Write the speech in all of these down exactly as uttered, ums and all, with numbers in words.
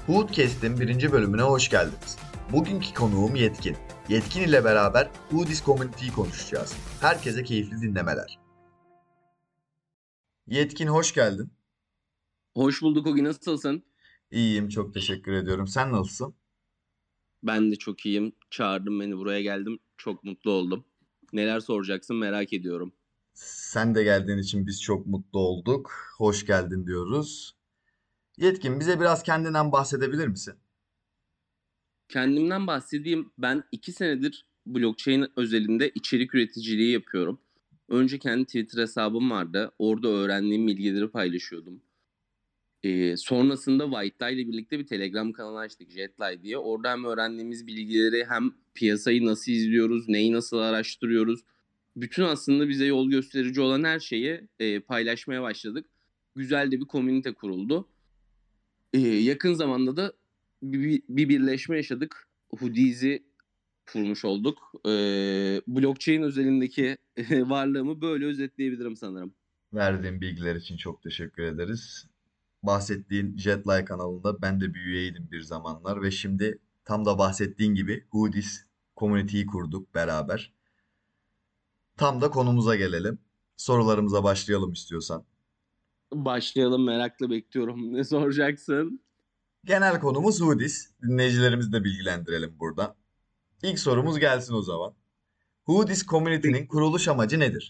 Hoodcast'in birinci bölümüne hoş geldiniz. Bugünkü konuğum Yetkin. Yetkin ile beraber Hoodies Community'yi konuşacağız. Herkese keyifli dinlemeler. Yetkin hoş geldin. Hoş bulduk Ogi, nasılsın? İyiyim, çok teşekkür ediyorum. Sen nasılsın? Ben de çok iyiyim. Çağırdın beni, buraya geldim. Çok mutlu oldum. Neler soracaksın merak ediyorum. Sen de geldiğin için biz çok mutlu olduk. Hoş geldin diyoruz. Yetkin, bize biraz kendinden bahsedebilir misin? Kendimden bahsedeyim. Ben iki senedir blockchain özelinde içerik üreticiliği yapıyorum. Önce kendi Twitter hesabım vardı. Orada öğrendiğim bilgileri paylaşıyordum. Ee, sonrasında White'la ile birlikte bir Telegram kanalı açtık, Jetly diye. Orada hem öğrendiğimiz bilgileri hem piyasayı nasıl izliyoruz, neyi nasıl araştırıyoruz. Bütün aslında bize yol gösterici olan her şeyi e, paylaşmaya başladık. Güzel de bir komünite kuruldu. E, yakın zamanda da bir, bir birleşme yaşadık. Hoodies'i kurmuş olduk. E, blockchain özelindeki varlığımı böyle özetleyebilirim sanırım. Verdiğin bilgiler için çok teşekkür ederiz. Bahsettiğin Jetline kanalında ben de bir üyeydim bir zamanlar ve şimdi tam da bahsettiğin gibi Hoodies Community'yi kurduk beraber. Tam da konumuza gelelim. Sorularımıza başlayalım istiyorsan. Başlayalım, merakla bekliyorum. Ne soracaksın? Genel konumuz Hoodies. Dinleyicilerimizi de bilgilendirelim burada. İlk sorumuz gelsin o zaman. Hoodies Community'nin kuruluş amacı nedir?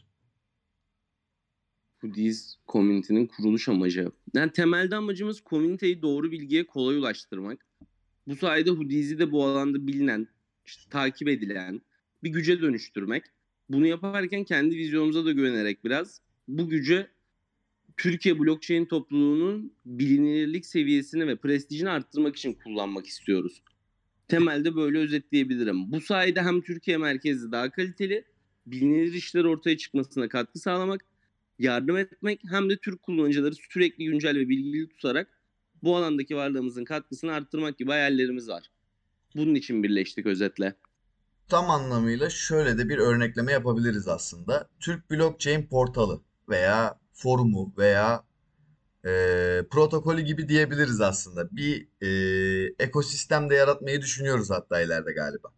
Hoodies Community'nin kuruluş amacı. Yani temelde amacımız komüniteyi doğru bilgiye kolay ulaştırmak. Bu sayede Hoodies'i de bu alanda bilinen, işte, takip edilen bir güce dönüştürmek. Bunu yaparken kendi vizyonumuza da güvenerek biraz bu gücü Türkiye blockchain topluluğunun bilinirlik seviyesini ve prestijini arttırmak için kullanmak istiyoruz. Temelde böyle özetleyebilirim. Bu sayede hem Türkiye merkezli daha kaliteli, bilinir işler ortaya çıkmasına katkı sağlamak, yardım etmek hem de Türk kullanıcıları sürekli güncel ve bilgili tutarak bu alandaki varlığımızın katkısını arttırmak gibi hayallerimiz var. Bunun için birleştik özetle. Tam anlamıyla şöyle de bir örnekleme yapabiliriz aslında. Türk Blockchain Portalı veya forumu veya e, protokolü gibi diyebiliriz aslında. Bir e, ekosistem de yaratmayı düşünüyoruz hatta ileride galiba.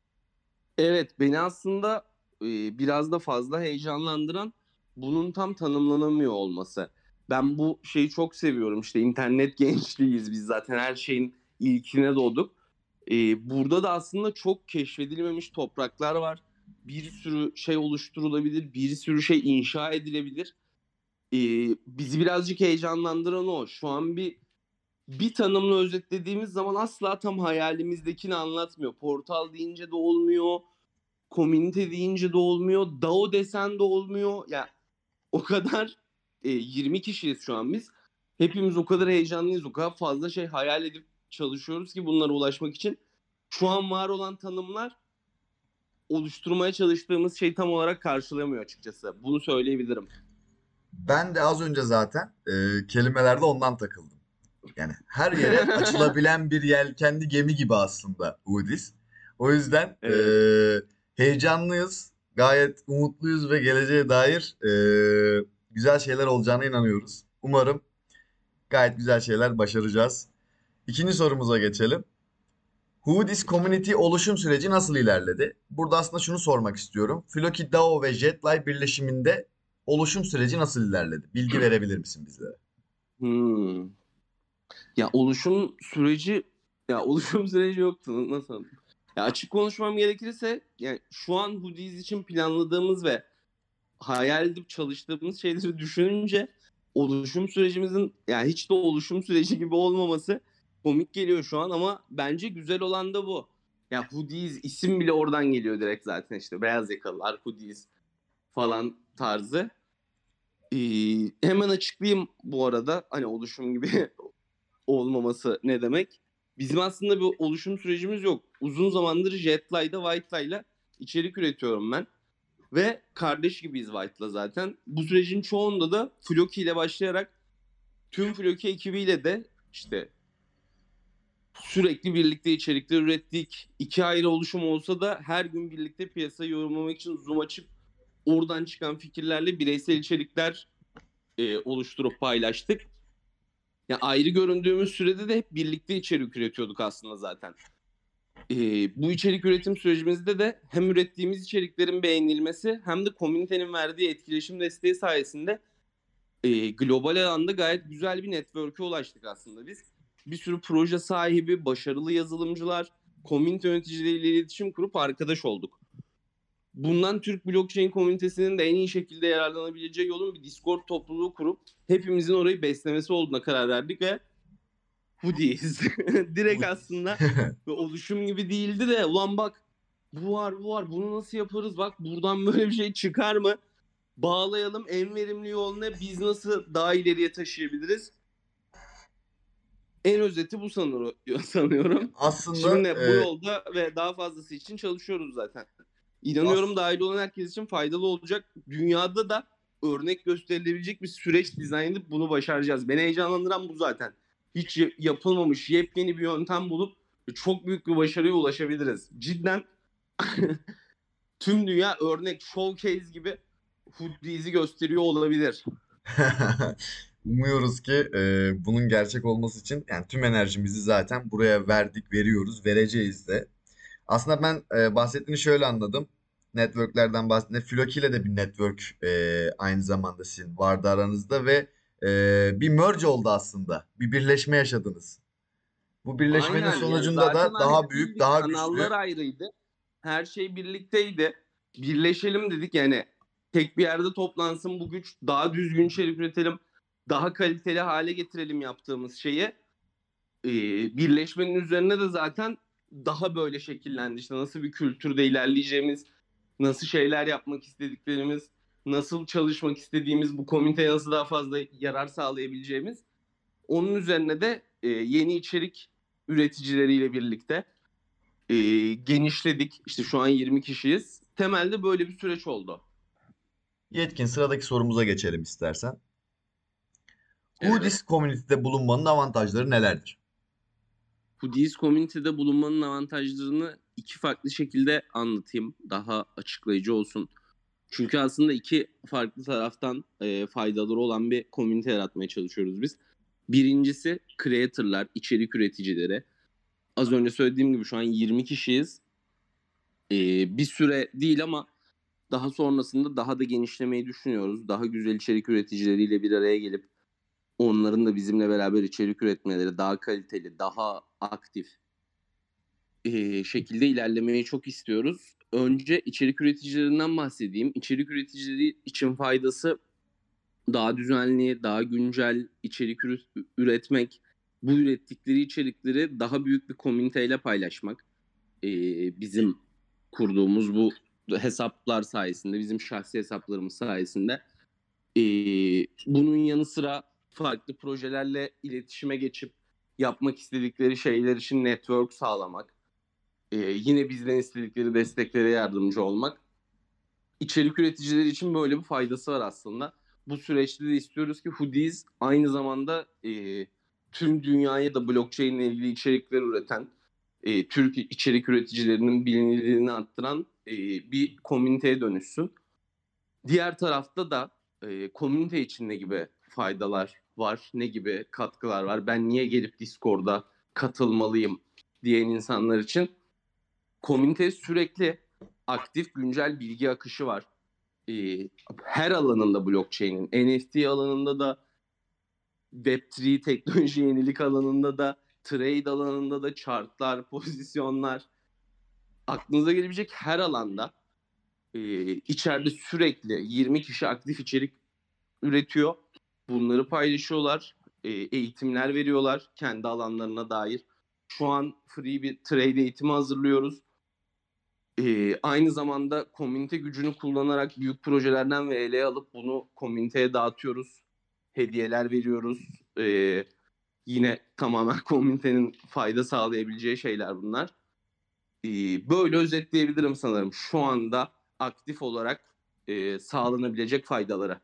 Evet, beni aslında e, biraz da fazla heyecanlandıran bunun tam tanımlanamıyor olması. Ben bu şeyi çok seviyorum. İşte internet gençliğiz biz, zaten her şeyin ilkine doğduk. E, burada da aslında çok keşfedilmemiş topraklar var. Bir sürü şey oluşturulabilir, bir sürü şey inşa edilebilir. E, bizi birazcık heyecanlandıran o. Şu an bir bir tanımla özetlediğimiz zaman asla tam hayalimizdekini anlatmıyor. Portal deyince de olmuyor. Komünite deyince de olmuyor. DAO desen de olmuyor. Ya o kadar e, yirmi kişiyiz şu an biz. Hepimiz o kadar heyecanlıyız. O kadar fazla şey hayal edip çalışıyoruz ki bunlara ulaşmak için. Şu an var olan tanımlar oluşturmaya çalıştığımız şey tam olarak karşılamıyor açıkçası. Bunu söyleyebilirim. Ben de az önce zaten e, kelimelerde ondan takıldım. Yani her yere açılabilen bir yelkenli gemi gibi aslında Hoodies. O yüzden e, Evet. heyecanlıyız, gayet umutluyuz ve geleceğe dair e, güzel şeyler olacağına inanıyoruz. Umarım gayet güzel şeyler başaracağız. İkinci sorumuza geçelim. Hoodies Community oluşum süreci nasıl ilerledi? Burada aslında şunu sormak istiyorum. Floki DAO ve Jetly birleşiminde oluşum süreci nasıl ilerledi? Bilgi verebilir misin bizlere? Hmm. Ya oluşum süreci ya oluşum süreci yoktu. Nasıl anlatayım? Ya açık konuşmam gerekirse, yani şu an Hoodies için planladığımız ve hayal edip çalıştığımız şeyleri düşününce oluşum sürecimizin, yani hiç de oluşum süreci gibi olmaması komik geliyor şu an, ama bence güzel olan da bu. Ya Hoodies isim bile oradan geliyor direkt zaten, işte beyaz yakalılar Hoodies falan tarzı. Ee, hemen açıklayayım bu arada, hani oluşum gibi olmaması ne demek? Bizim aslında bir oluşum sürecimiz yok. Uzun zamandır Jetli'da White'la içerik üretiyorum ben. Ve kardeş gibiyiz White'la zaten. Bu sürecin çoğunda da Floki ile başlayarak tüm Floki ekibiyle de işte sürekli birlikte içerikler ürettik. İki ayrı oluşum olsa da her gün birlikte piyasayı yorumlamak için Zoom açıp oradan çıkan fikirlerle bireysel içerikler e, oluşturup paylaştık. Ya ayrı göründüğümüz sürede de hep birlikte içerik üretiyorduk aslında zaten. Ee, bu içerik üretim sürecimizde de hem ürettiğimiz içeriklerin beğenilmesi hem de komünitenin verdiği etkileşim desteği sayesinde e, global alanda gayet güzel bir network'e ulaştık aslında biz. Bir sürü proje sahibi, başarılı yazılımcılar, komünite yöneticileriyle iletişim kurup arkadaş olduk. Bundan Türk blockchain komünitesinin de en iyi şekilde yararlanabileceği yolun bir Discord topluluğu kurup hepimizin orayı beslemesi olduğuna karar verdik ve Hoodies. Direkt Bu aslında ve oluşum gibi değildi de ulan bak bu var bu var bunu nasıl yaparız bak buradan böyle bir şey çıkar mı? Bağlayalım en verimli yol ne? Biz nasıl daha ileriye taşıyabiliriz? En özeti bu sanır- sanıyorum. aslında Şimdi bu e, yolda ve daha fazlası için çalışıyoruz zaten. İnanıyorum as dahil olan herkes için faydalı olacak. Dünyada da örnek gösterilebilecek bir süreç dizayn edip bunu başaracağız. Beni heyecanlandıran bu zaten. Hiç yapılmamış yepyeni bir yöntem bulup çok büyük bir başarıya ulaşabiliriz. Cidden tüm dünya örnek showcase gibi Hoodies'i gösteriyor olabilir. umuyoruz ki e, bunun gerçek olması için yani tüm enerjimizi zaten buraya verdik, veriyoruz, vereceğiz de. Aslında ben e, bahsettiğini şöyle anladım. Network'lerden bahsettiğinde Floki ile de bir network e, aynı zamanda sizin vardı aranızda ve e, bir merge oldu aslında. Bir birleşme yaşadınız. Bu birleşmenin Aynen ya sonucunda zaten da daha ayrı büyük, değildik. daha Kanallar güçlü. ayrıydı. Her şey birlikteydi. Birleşelim dedik yani tek bir yerde toplansın bu güç daha düzgün içerik üretelim. Daha kaliteli hale getirelim yaptığımız şeyi. Ee, birleşmenin üzerine de zaten daha böyle şekillendi. İşte nasıl bir kültürde ilerleyeceğimiz, nasıl şeyler yapmak istediklerimiz, nasıl çalışmak istediğimiz, bu komiteye nasıl daha fazla yarar sağlayabileceğimiz. Onun üzerine de e, yeni içerik üreticileriyle birlikte e, genişledik. İşte şu an yirmi kişiyiz. Temelde böyle bir süreç oldu. Yetkin, sıradaki sorumuza geçelim istersen. Evet. Hoodies komünitede bulunmanın avantajları nelerdir? Bu Deez Community'de bulunmanın avantajlarını iki farklı şekilde anlatayım. Daha açıklayıcı olsun. Çünkü aslında iki farklı taraftan e, faydaları olan bir komünite yaratmaya çalışıyoruz biz. Birincisi creator'lar, içerik üreticileri. Az önce söylediğim gibi şu an yirmi kişiyiz. E, bir süre değil ama daha sonrasında daha da genişlemeyi düşünüyoruz. Daha güzel içerik üreticileriyle bir araya gelip onların da bizimle beraber içerik üretmeleri daha kaliteli, daha aktif e, şekilde ilerlemeyi çok istiyoruz. Önce içerik üreticilerinden bahsedeyim. İçerik üreticileri için faydası daha düzenli, daha güncel içerik üretmek, bu ürettikleri içerikleri daha büyük bir komüniteyle paylaşmak. E, bizim kurduğumuz bu hesaplar sayesinde, bizim şahsi hesaplarımız sayesinde. E, bunun yanı sıra farklı projelerle iletişime geçip yapmak istedikleri şeyler için network sağlamak. E, yine bizden istedikleri desteklere yardımcı olmak. İçerik üreticileri için böyle bir faydası var aslında. Bu süreçte de istiyoruz ki Hoodies aynı zamanda e, tüm dünyaya da blockchain ile ilgili içerikler üreten, e, Türk içerik üreticilerinin bilinirliğini arttıran e, bir komüniteye dönüşsün. Diğer tarafta da e, komünite için ne gibi faydalar var, ne gibi katkılar var, ben niye gelip Discord'a katılmalıyım diyen insanlar için komünite sürekli aktif güncel bilgi akışı var. Ee, her alanında blockchain'in, N F T alanında da, web üç teknoloji yenilik alanında da, trade alanında da, chartlar, pozisyonlar, aklınıza gelebilecek her alanda e, içeride sürekli yirmi kişi aktif içerik üretiyor. Bunları paylaşıyorlar, e, eğitimler veriyorlar kendi alanlarına dair. Şu an free bir trade eğitimi hazırlıyoruz. Ee, aynı zamanda komünite gücünü kullanarak büyük projelerden ve ele alıp bunu komüniteye dağıtıyoruz. Hediyeler veriyoruz. Ee, yine tamamen komünitenin fayda sağlayabileceği şeyler bunlar. Ee, böyle özetleyebilirim sanırım şu anda aktif olarak e, sağlanabilecek faydaları.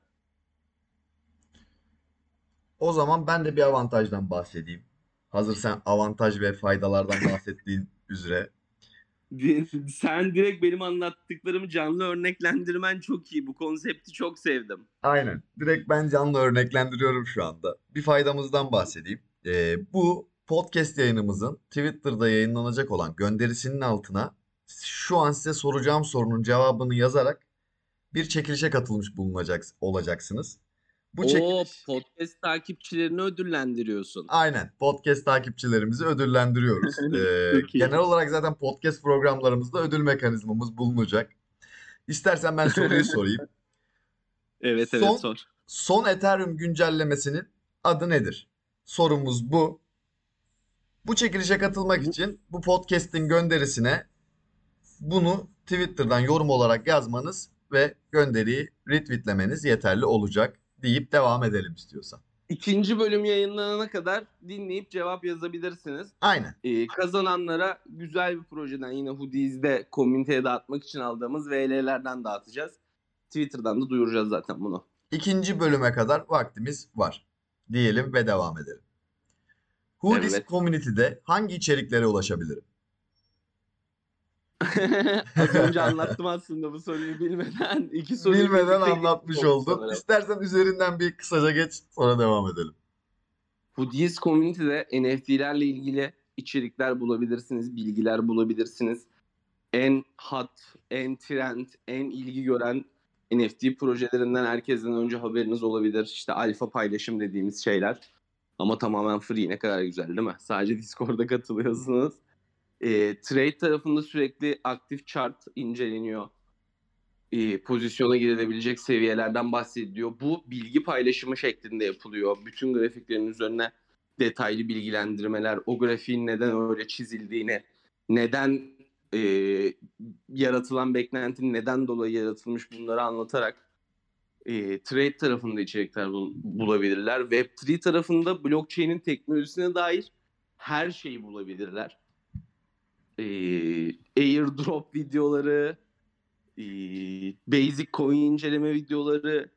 O zaman ben de bir avantajdan bahsedeyim. Hazır sen avantaj ve faydalardan bahsettiğin üzere. Sen direkt benim anlattıklarımı canlı örneklendirmen çok iyi. Bu konsepti çok sevdim. Aynen. Direkt ben canlı örneklendiriyorum şu anda. Bir faydamızdan bahsedeyim. Ee, bu podcast yayınımızın Twitter'da yayınlanacak olan gönderisinin altına şu an size soracağım sorunun cevabını yazarak bir çekilişe katılmış bulunacak olacaksınız. Bu O çekiliş podcast takipçilerini ödüllendiriyorsun. aynen podcast takipçilerimizi ödüllendiriyoruz. Ee, Çok genel iyi. olarak zaten podcast programlarımızda ödül mekanizmamız bulunacak. İstersen ben soruyu sorayım. Evet evet Son sor. son Ethereum güncellemesinin adı nedir? Sorumuz bu. Bu çekilişe katılmak Bu, için bu podcast'in gönderisine bunu Twitter'dan yorum olarak yazmanız ve gönderiyi retweetlemeniz yeterli olacak deyip devam edelim istiyorsan. ikinci bölüm yayınlanana kadar dinleyip cevap yazabilirsiniz. Aynen. Ee, kazananlara güzel bir projeden yine Hoodies'de komüniteye dağıtmak için aldığımız V L'lerden dağıtacağız. Twitter'dan da duyuracağız zaten bunu. İkinci bölüme kadar vaktimiz var diyelim ve devam edelim. Hoodies Evet. Community'de hangi içeriklere ulaşabilirim? Az önce anlattım aslında bu soruyu bilmeden. İki soruyu Bilmeden birlikte anlatmış geçmiş olduk oldun. sanırım. İstersen üzerinden bir kısaca geç, sonra devam edelim. Hoodies Community'de N F T'lerle ilgili içerikler bulabilirsiniz, bilgiler bulabilirsiniz. En hot, en trend, en ilgi gören N F T projelerinden herkesten önce haberiniz olabilir. İşte alfa paylaşım dediğimiz şeyler. Ama tamamen free, ne kadar güzel değil mi? Sadece Discord'a katılıyorsunuz. E, trade tarafında sürekli aktif chart inceleniyor. E, pozisyona girilebilecek seviyelerden bahsediliyor. Bu bilgi paylaşımı şeklinde yapılıyor. Bütün grafiklerin üzerine detaylı bilgilendirmeler, o grafiğin neden öyle çizildiğini, neden e, yaratılan beklentinin neden dolayı yaratılmış bunları anlatarak e, trade tarafında içerikler bul- bulabilirler. web üç tarafında blockchain'in teknolojisine dair her şeyi bulabilirler. E, airdrop videoları, e, basic coin inceleme videoları,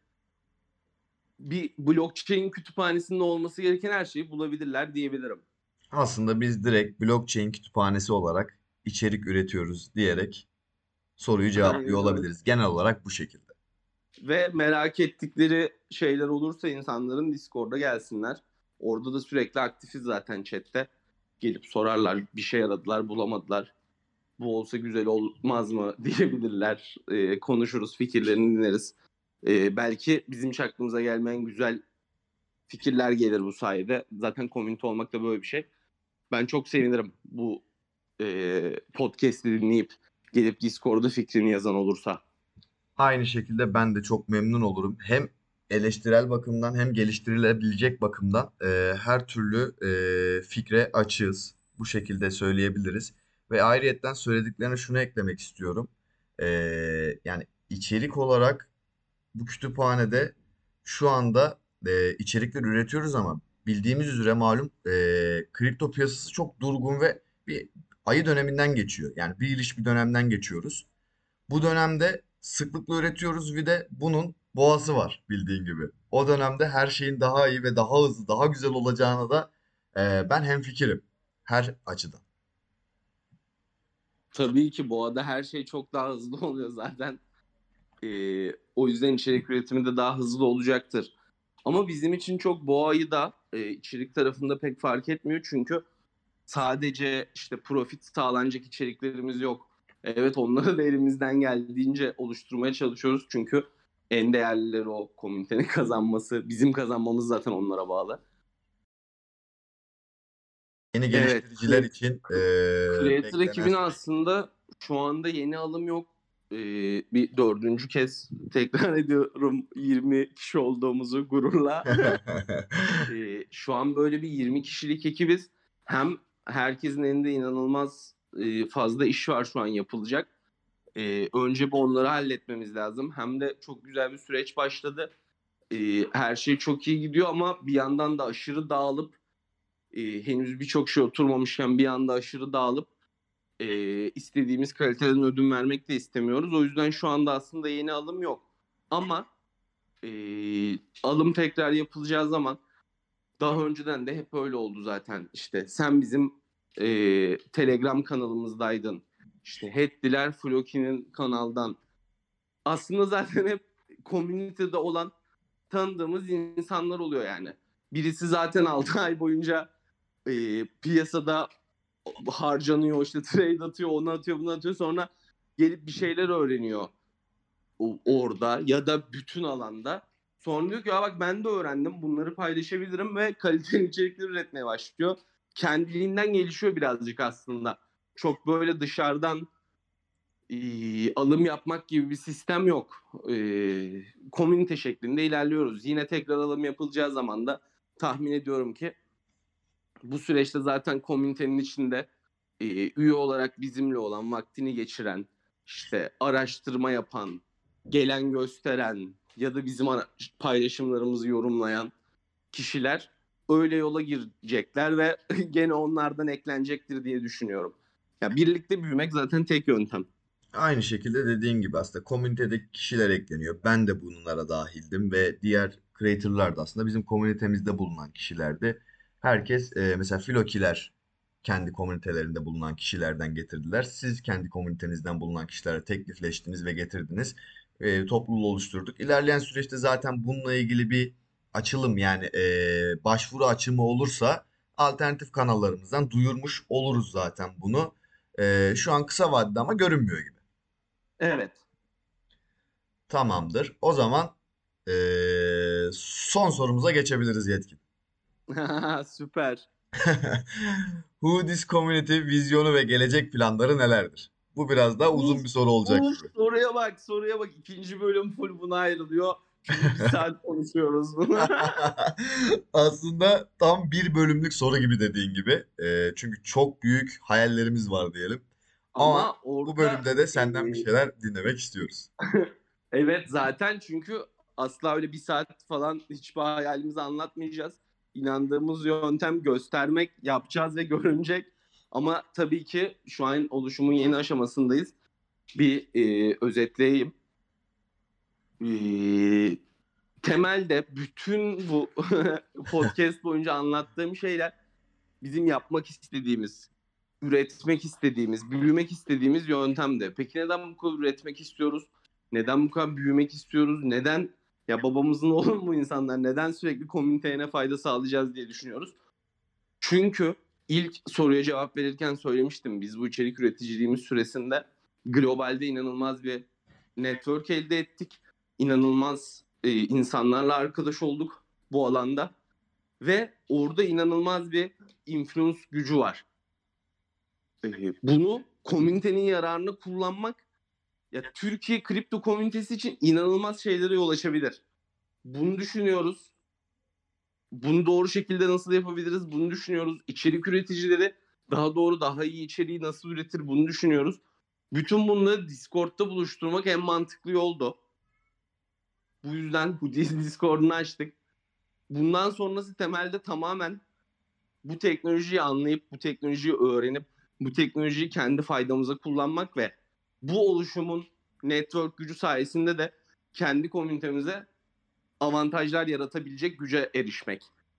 bir blockchain kütüphanesinde olması gereken her şeyi bulabilirler diyebilirim. Aslında biz direkt blockchain kütüphanesi olarak içerik üretiyoruz diyerek soruyu cevaplıyor Aynen öyle. olabiliriz. Genel olarak bu şekilde. Ve merak ettikleri şeyler olursa insanların Discord'a gelsinler. Orada da sürekli aktifiz zaten chatte. Gelip sorarlar, bir şey aradılar, bulamadılar. Bu olsa güzel olmaz mı diyebilirler. Ee, konuşuruz, fikirlerini dinleriz. Ee, belki bizim hiç aklımıza gelmeyen güzel fikirler gelir bu sayede. Zaten komünite olmak da böyle bir şey. Ben çok sevinirim bu e, podcast'i dinleyip gelip Discord'da fikrini yazan olursa. Aynı şekilde ben de çok memnun olurum. Hem eleştirel bakımdan hem geliştirilebilecek bakımdan e, her türlü e, fikre açığız. Bu şekilde söyleyebiliriz. Ve ayrıyetten söylediklerine şunu eklemek istiyorum. E, yani içerik olarak bu kütüphanede şu anda e, içerikler üretiyoruz ama bildiğimiz üzere malum e, kripto piyasası çok durgun ve bir ayı döneminden geçiyor. Yani bir iliş bir dönemden geçiyoruz. Bu dönemde sıklıkla üretiyoruz ve de bunun boğası var bildiğin gibi. O dönemde her şeyin daha iyi ve daha hızlı, daha güzel olacağına da e, ben hemfikirim her açıdan. Tabii ki boğada her şey çok daha hızlı oluyor zaten. Ee, o yüzden içerik üretimi de daha hızlı olacaktır. Ama bizim için çok boğayı da e, içerik tarafında pek fark etmiyor. Çünkü sadece işte profit sağlanacak içeriklerimiz yok. Evet, onları da elimizden geldiğince oluşturmaya çalışıyoruz. Çünkü en değerlileri o komünitenin kazanması. Bizim kazanmamız zaten onlara bağlı. Yeni Evet, geliştiriciler için e, Creator beklenen ekibine süreç. aslında şu anda yeni alım yok. Ee, bir dördüncü kez tekrar ediyorum yirmi kişi olduğumuzu gururla. Ee, şu an böyle bir yirmi kişilik ekibiz. Hem herkesin elinde inanılmaz e, fazla iş var şu an yapılacak. Ee, önce bu onları halletmemiz lazım. Hem de çok güzel bir süreç başladı. Ee, her şey çok iyi gidiyor ama bir yandan da aşırı dağılıp e, henüz birçok şey oturmamışken bir anda aşırı dağılıp e, istediğimiz kaliteden ödün vermek de istemiyoruz. O yüzden şu anda aslında yeni alım yok. Ama e, alım tekrar yapılacağı zaman, daha önceden de hep öyle oldu zaten. İşte sen bizim e, Telegram kanalımızdaydın. işte Hettiler Floki'nin kanaldan. Aslında zaten hep community'de olan tanıdığımız insanlar oluyor yani. Birisi zaten altı ay boyunca e, piyasada harcanıyor, işte trade atıyor, onu atıyor, bunu atıyor. Sonra gelip bir şeyler öğreniyor o- orada ya da bütün alanda. Sonra diyor ki ya bak ben de öğrendim, bunları paylaşabilirim ve kaliteli içerikler üretmeye başlıyor. Kendiliğinden gelişiyor birazcık aslında. Çok böyle dışarıdan e, alım yapmak gibi bir sistem yok. E, komünite şeklinde ilerliyoruz. Yine tekrar alım yapılacağı zaman da tahmin ediyorum ki bu süreçte zaten komünitenin içinde e, üye olarak bizimle olan, vaktini geçiren, işte araştırma yapan, gelen gösteren ya da bizim ara- paylaşımlarımızı yorumlayan kişiler öyle yola girecekler ve gene onlardan eklenecektir diye düşünüyorum. Ya birlikte büyümek zaten tek yöntem. Aynı şekilde dediğin gibi aslında komünitedeki kişiler ekleniyor. Ben de bunlara dahildim ve diğer creator'lar da aslında bizim komünitemizde bulunan kişilerdi. Herkes e, mesela Filokiler kendi komünitelerinde bulunan kişilerden getirdiler. Siz kendi komünitenizden bulunan kişilere teklifleştiniz ve getirdiniz. E, topluluğu oluşturduk. İlerleyen süreçte zaten bununla ilgili bir açılım yani e, başvuru açımı olursa alternatif kanallarımızdan duyurmuş oluruz zaten bunu. E, şu an kısa vadede ama görünmüyor gibi. Evet. Tamamdır. O zaman eee, son sorumuza geçebiliriz Yetkin. Süper. Who this community vizyonu ve gelecek planları nelerdir? Bu biraz daha uzun Uf, bir soru olacak uf, gibi. soruya bak, soruya bak. İkinci bölüm full buna ayrılıyor. Çünkü bir saat konuşuyoruz bunu. Aslında tam bir bölümlük soru gibi dediğin gibi. Eee, çünkü çok büyük hayallerimiz var diyelim. Ama Ama bu orada bölümde de e, senden bir şeyler dinlemek istiyoruz. evet zaten çünkü asla öyle bir saat falan hiçbir hayalimizi anlatmayacağız. İnandığımız yöntem göstermek, yapacağız ve görünecek. Ama tabii ki şu an oluşumun yeni aşamasındayız. Bir e, özetleyeyim. E, temelde bütün bu podcast boyunca anlattığım şeyler bizim yapmak istediğimiz, üretmek istediğimiz, büyümek istediğimiz yöntemde. Peki neden bu kadar üretmek istiyoruz? Neden bu kadar büyümek istiyoruz? Neden ya babamızın oğlu mu insanlar? Neden sürekli komüniteye ne fayda sağlayacağız diye düşünüyoruz. Çünkü ilk soruya cevap verirken söylemiştim. Biz bu içerik üreticiliğimiz süresinde globalde inanılmaz bir network elde ettik. İnanılmaz e, insanlarla arkadaş olduk bu alanda. Ve orada inanılmaz bir influence gücü var. E, bunu komünitenin yararını kullanmak ya Türkiye kripto komünitesi için inanılmaz şeylere yol açabilir. Bunu düşünüyoruz. Bunu doğru şekilde nasıl yapabiliriz? Bunu düşünüyoruz. İçerik üreticileri daha doğru, daha iyi içeriği nasıl üretir? Bunu düşünüyoruz. Bütün bunları Discord'da buluşturmak en mantıklı yoldu. Bu yüzden bu Discord'unu açtık. Bundan sonrası temelde tamamen bu teknolojiyi anlayıp, bu teknolojiyi öğrenip, bu teknolojiyi kendi faydamıza kullanmak ve bu oluşumun network gücü sayesinde de kendi komünitemize avantajlar yaratabilecek güce erişmek.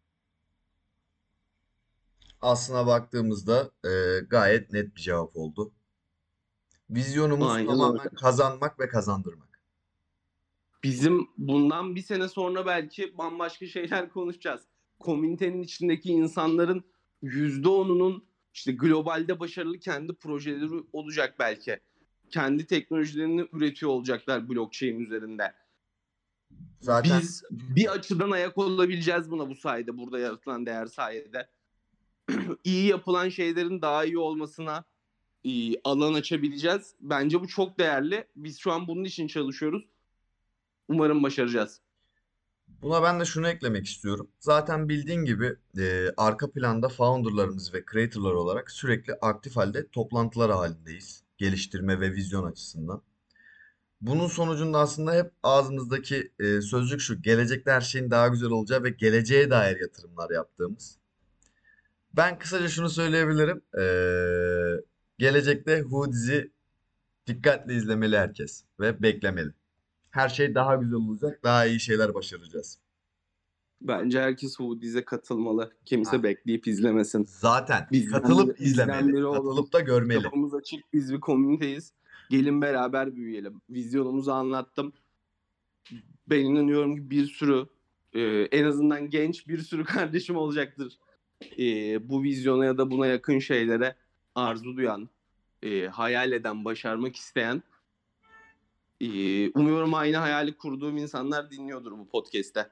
Aslına baktığımızda eee, gayet net bir cevap oldu. Vizyonumuz Aynen tamamen öyle. kazanmak ve kazandırmak. Bizim bundan bir sene sonra belki bambaşka şeyler konuşacağız. Komünitenin içindeki insanların yüzde onunun işte globalde başarılı kendi projeleri olacak belki. Kendi teknolojilerini üretiyor olacaklar blockchain üzerinde. Zaten Biz bir açıdan ayak olabileceğiz buna bu sayede, burada yaratılan değer sayede. İyi yapılan şeylerin daha iyi olmasına e, alan açabileceğiz. Bence bu çok değerli. Biz şu an bunun için çalışıyoruz. Umarım başaracağız. buna ben de şunu eklemek istiyorum. Zaten bildiğin gibi e, arka planda founderlarımız ve creatorlar olarak sürekli aktif halde toplantılar halindeyiz. Geliştirme ve vizyon açısından. Bunun sonucunda aslında hep ağzımızdaki e, sözcük şu. Gelecekte her şeyin daha güzel olacağı ve geleceğe dair yatırımlar yaptığımız. Ben kısaca şunu söyleyebilirim. E, gelecekte Hoodies'i dikkatle izlemeli herkes ve beklemeli. Her şey daha güzel olacak, daha iyi şeyler başaracağız. Bence herkes Hoodies'e katılmalı. Kimse Ha, bekleyip izlemesin. zaten Bizden, katılıp bizden izlemeli. biri olalım. Katılıp da görmeli. Kapımız açık. Biz bir komüniteyiz. Gelin beraber büyüyelim. Vizyonumuzu anlattım. Ben inanıyorum ki bir sürü e, en azından genç bir sürü kardeşim olacaktır. E, bu vizyona ya da buna yakın şeylere arzu duyan, e, hayal eden, başarmak isteyen. e, umuyorum aynı hayali kurduğum insanlar dinliyordur bu podcast'te.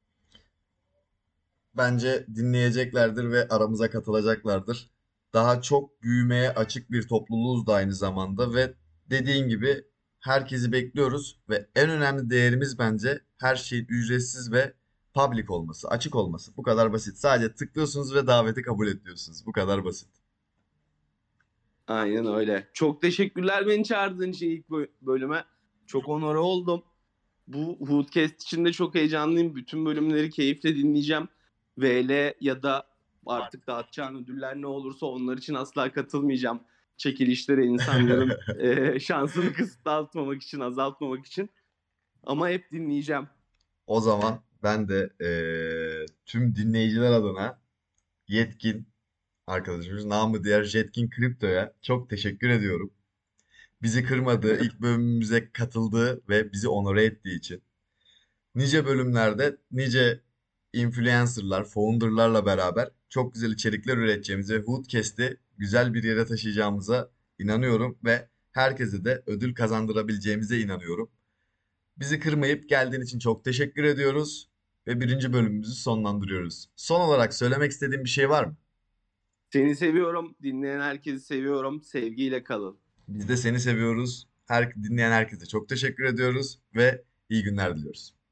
Bence dinleyeceklerdir ve aramıza katılacaklardır. Daha çok büyümeye açık bir topluluğuz da aynı zamanda ve dediğin gibi herkesi bekliyoruz ve en önemli değerimiz bence her şeyin ücretsiz ve public olması, açık olması. Bu kadar basit. Sadece tıklıyorsunuz ve daveti kabul ediyorsunuz. Bu kadar basit. Aynen öyle. Çok teşekkürler beni çağırdığın için ilk bö- bölüme. Çok onore oldum. Bu Hoodcast için de çok heyecanlıyım. Bütün bölümleri keyifle dinleyeceğim. V L ya da artık dağıtacağın ödüller ne olursa onlar için asla katılmayacağım. Çekilişlere insanların e, şansını kısıtlatmamak için, azaltmamak için. Ama hep dinleyeceğim. O zaman ben de eee, tüm dinleyiciler adına Yetkin arkadaşımız namı diğer Jetkin Kripto'ya çok teşekkür ediyorum. Bizi kırmadığı, ilk bölümümüze katıldığı ve bizi onore ettiği için. Nice bölümlerde nice influencerlar, founderlarla beraber çok güzel içerikler üreteceğimize ve Hoodcast'i güzel bir yere taşıyacağımıza inanıyorum ve herkese de ödül kazandırabileceğimize inanıyorum. Bizi kırmayıp geldiğin için çok teşekkür ediyoruz ve birinci bölümümüzü sonlandırıyoruz. Son olarak söylemek istediğin bir şey var mı? Seni seviyorum. Dinleyen herkesi seviyorum. Sevgiyle kalın. Biz de seni seviyoruz. Her, dinleyen herkese çok teşekkür ediyoruz ve iyi günler diliyoruz.